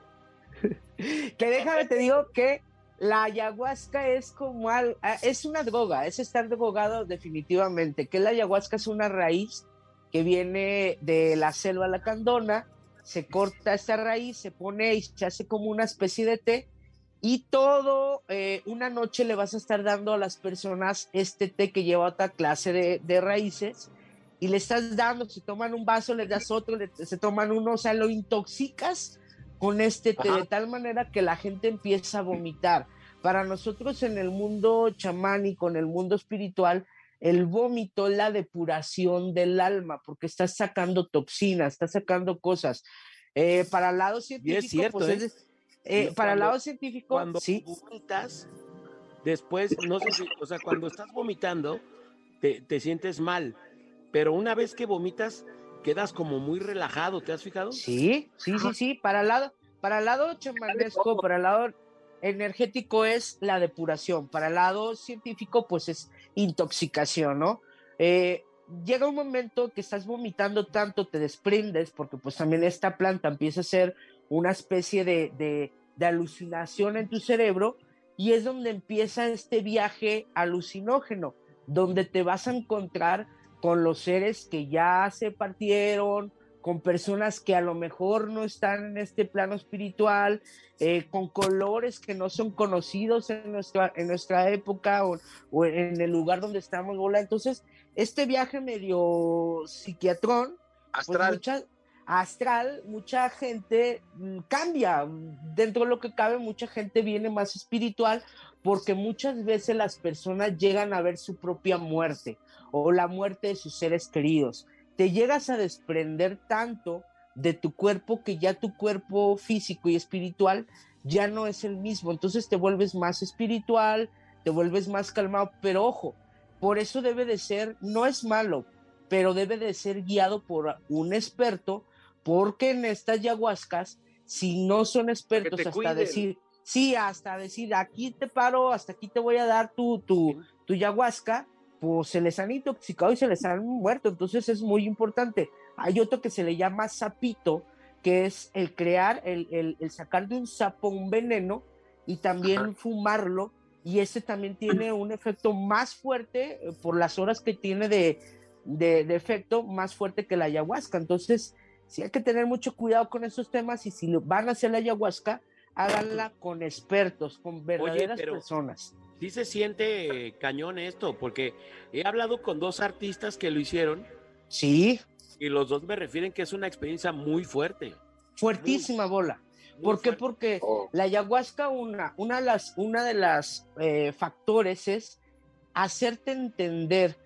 Que déjame te digo que la ayahuasca es como al, a- es una droga, es estar drogado definitivamente. Que la ayahuasca es una raíz que viene de la selva lacandona, se corta esta raíz, se pone y se hace como una especie de té, y todo eh, una noche le vas a estar dando a las personas este té que lleva otra clase de, de raíces, y le estás dando, se toman un vaso, les das otro, le- se toman uno, o sea, lo intoxicas con este té, Ajá. de tal manera que la gente empieza a vomitar. Para nosotros en el mundo chamánico, en el mundo espiritual, el vómito es la depuración del alma, porque estás sacando toxinas, estás sacando cosas. Eh, para el lado científico, cierto, pues, ¿eh? es- eh, Y para el cuando- lado científico, Cuando sí. vomitas, después, no sé si, o sea, cuando estás vomitando, te, te sientes mal, pero una vez que vomitas, quedas como muy relajado, ¿te has fijado? Sí, sí, sí, sí. Para el lado, para el lado chamanesco, para el lado energético es la depuración. Para el lado científico, pues es intoxicación, ¿no? Eh, llega un momento que estás vomitando tanto, te desprendes, porque pues también esta planta empieza a ser una especie de, de, de alucinación en tu cerebro, y es donde empieza este viaje alucinógeno, donde te vas a encontrar con los seres que ya se partieron, con personas que a lo mejor no están en este plano espiritual, eh, con colores que no son conocidos en nuestra, en nuestra época o, o en el lugar donde estamos, Bola. Entonces, este viaje medio psiquiatrón, Astral. pues mucha, astral, mucha gente mm, cambia. Dentro de lo que cabe, mucha gente viene más espiritual, porque muchas veces las personas llegan a ver su propia muerte o la muerte de sus seres queridos. Te llegas a desprender tanto de tu cuerpo que ya tu cuerpo físico y espiritual ya no es el mismo. Entonces te vuelves más espiritual, te vuelves más calmado, pero ojo, por eso debe de ser, no es malo, pero debe de ser guiado por un experto, porque en estas ayahuascas, si no son expertos, te hasta cuiden. decir, sí, hasta decir, aquí te paro, hasta aquí te voy a dar tu, tu, tu ayahuasca, pues se les han intoxicado y se les han muerto. Entonces es muy importante. Hay otro que se le llama sapito, que es el crear, el, el, el sacar de un sapo un veneno y también Ajá. fumarlo, y ese también tiene un efecto más fuerte, eh, por las horas que tiene de, de, de efecto, más fuerte que la ayahuasca. Entonces sí hay que tener mucho cuidado con esos temas, y si lo van a hacer la ayahuasca, háganla con expertos, con verdaderas pero- personas. Sí se siente eh, cañón esto, porque he hablado con dos artistas que lo hicieron Sí, y los dos me refieren que es una experiencia muy fuerte. fuertísima, Bola. muy ¿Por qué? fuerte. Porque Oh. la ayahuasca, una, una de las, una de las eh, factores es hacerte entender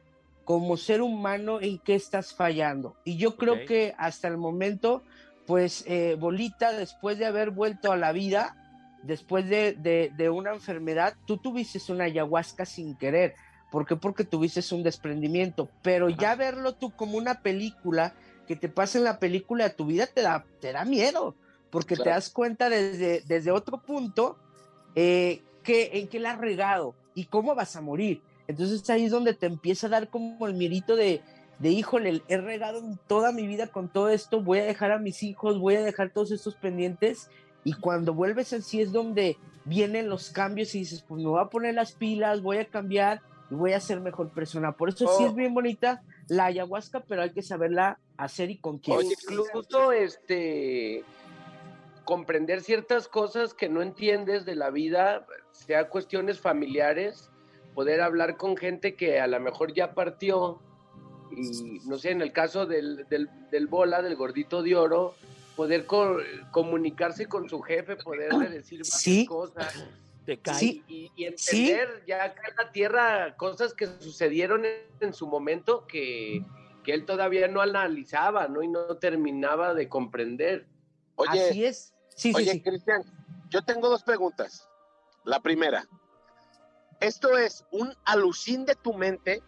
como ser humano en qué estás fallando. Y yo creo Ok. que hasta el momento, pues eh, Bolita, después de haber vuelto a la vida, después de, de, de una enfermedad, tú tuviste una ayahuasca sin querer. ¿Por qué? Porque tuviste un desprendimiento, pero ya verlo tú como una película, que te pase en la película de tu vida, te da, te da miedo, porque Claro. te das cuenta desde, desde otro punto eh, que, en qué la has regado y cómo vas a morir. Entonces ahí es donde te empieza a dar como el miedito de, de híjole, he regado en toda mi vida con todo esto, voy a dejar a mis hijos, voy a dejar todos estos pendientes, y cuando vuelves en sí es donde vienen los cambios y dices, pues me voy a poner las pilas, voy a cambiar y voy a ser mejor persona. Por eso sí Oh. es bien bonita la ayahuasca, pero hay que saberla hacer y con quién. Oye, incluso este comprender ciertas cosas que no entiendes de la vida, sea cuestiones familiares, poder hablar con gente que a lo mejor ya partió, y no sé, en el caso del, del, del Bola, del gordito de oro, poder co- comunicarse con su jefe, poderle decir varias Sí. cosas. Te cae. Sí. Y, y entender Sí. ya acá en la tierra cosas que sucedieron en, en su momento que, que él todavía no analizaba, ¿no? Y no terminaba de comprender. Oye, Así es. Sí, oye, sí, sí. Cristian, yo tengo dos preguntas. La primera, ¿esto es un alucín de tu mente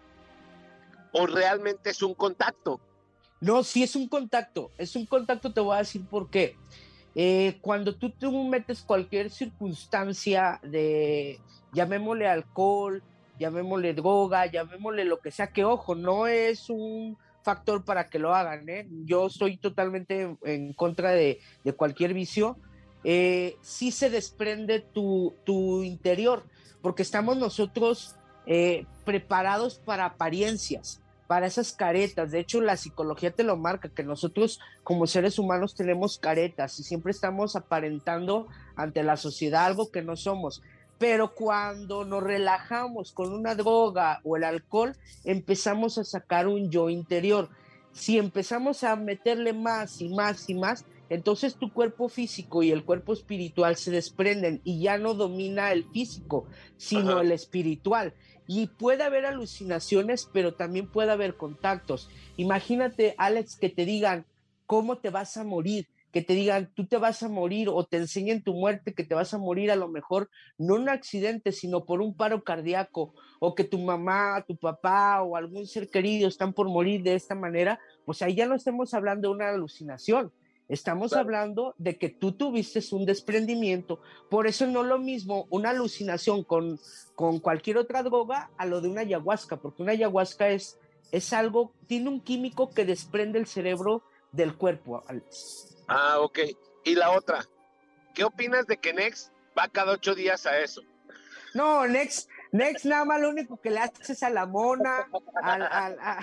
o realmente es un contacto? No, sí es un contacto, es un contacto, te voy a decir por qué. Eh, cuando tú, tú metes cualquier circunstancia de, llamémosle alcohol, llamémosle droga, llamémosle lo que sea, que ojo, no es un factor para que lo hagan, ¿eh? Yo estoy totalmente en contra de, de cualquier vicio. Eh, sí se desprende tu, tu interior, porque estamos nosotros eh, preparados para apariencias, para esas caretas. De hecho, la psicología te lo marca, que nosotros como seres humanos tenemos caretas y siempre estamos aparentando ante la sociedad algo que no somos. Pero cuando nos relajamos con una droga o el alcohol, empezamos a sacar un yo interior. Si empezamos a meterle más y más y más, entonces tu cuerpo físico y el cuerpo espiritual se desprenden y ya no domina el físico, sino Ajá. el espiritual. Y puede haber alucinaciones, pero también puede haber contactos. Imagínate, Alex, que te digan cómo te vas a morir, que te digan tú te vas a morir, o te enseñen tu muerte, que te vas a morir a lo mejor no en un accidente, sino por un paro cardíaco, o que tu mamá, tu papá o algún ser querido están por morir de esta manera. Pues ahí ya no estamos hablando de una alucinación, estamos Claro. hablando de que tú tuviste un desprendimiento. Por eso no es lo mismo una alucinación con, con cualquier otra droga a lo de una ayahuasca, porque una ayahuasca es, es algo, tiene un químico que desprende el cerebro del cuerpo, Alex. Ah, ok. Y la otra, ¿qué opinas de que Next va cada ocho días a eso? No, Next, Next nada más lo único que le haces a la mona, al, al, a,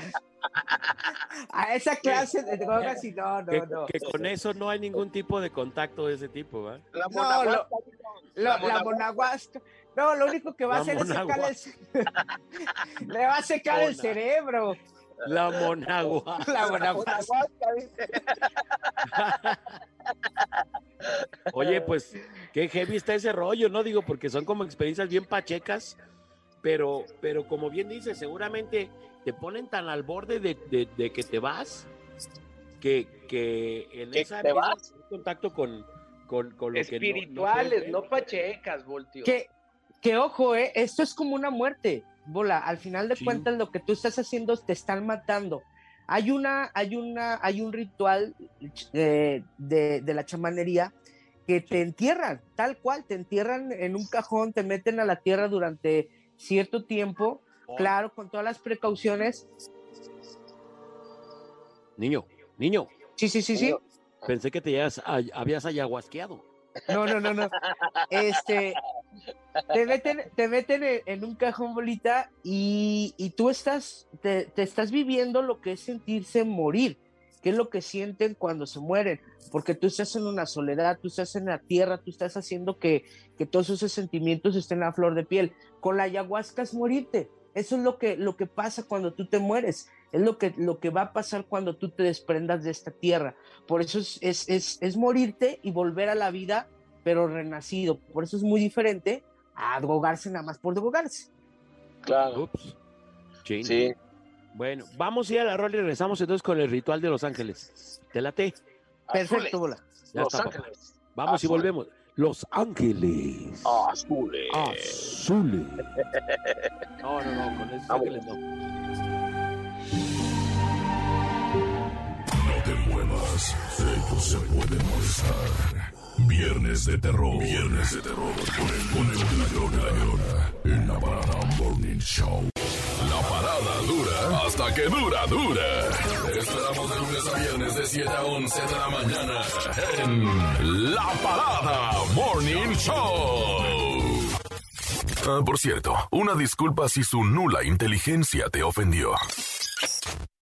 a esa clase de drogas, y no, no, Que, no. que con eso no hay ningún tipo de contacto de ese tipo, ¿va? La No, monaguasca, lo- la Lo- la monaguasca. monaguasca. No, lo único que va a La hacer es secarle el, monaguasca. le va a secar el Mona. cerebro. La monagua. La monaguasca. Monaguasca, dice. Oye, pues, qué heavy está ese rollo, ¿no? Digo, porque son como experiencias bien pachecas, pero, pero como bien dices, seguramente te ponen tan al borde de, de- de que te vas, que, que en ¿Que esa te empiezas vas? a tener contacto con, con, con lo que no- Espirituales, no, no, pachecas, Voltio. Que, que ojo, eh, esto es como una muerte, Bola. Al final de Sí. cuentas, lo que tú estás haciendo te están matando. Hay una, hay una, hay un ritual eh, de, de la chamanería que te entierran, tal cual, te entierran en un cajón, te meten a la tierra durante cierto tiempo, Oh. claro, con todas las precauciones. Niño, niño, Sí, sí, sí, sí. pensé que te hayas- ay- habías ayahuasqueado. No, no, no, no. Este, te meten, te meten en, en un cajón, Bolita, y, y tú estás, te, te estás viviendo lo que es sentirse morir, que es lo que sienten cuando se mueren, porque tú estás en una soledad, tú estás en la tierra, tú estás haciendo que, que todos esos sentimientos estén a flor de piel. Con la ayahuasca es morirte. Eso es lo que, lo que pasa cuando tú te mueres. Es lo que, lo que va a pasar cuando tú te desprendas de esta tierra. Por eso es, es, es, es morirte y volver a la vida, pero renacido. Por eso es muy diferente a drogarse nada más por drogarse. Claro. Ups. Chin. Sí. Bueno, vamos a ir a la rola y regresamos entonces con el ritual de Los Ángeles. ¿Te late? Perfecto, bola. Ya Los está, papá. Ángeles. Vamos y Azul. volvemos. Los Ángeles. Azules. Azules. No, no, no, con esos Vamos. ángeles no. No te muevas, ellos se pueden molestar. Viernes de terror. Viernes de terror. Con el conejo de la llora en la parada Morning Show. La parada dura hasta que dura, dura. Te esperamos de lunes a viernes de siete a once de la mañana en La Parada Morning Show. Ah, por cierto, una disculpa si su nula inteligencia te ofendió.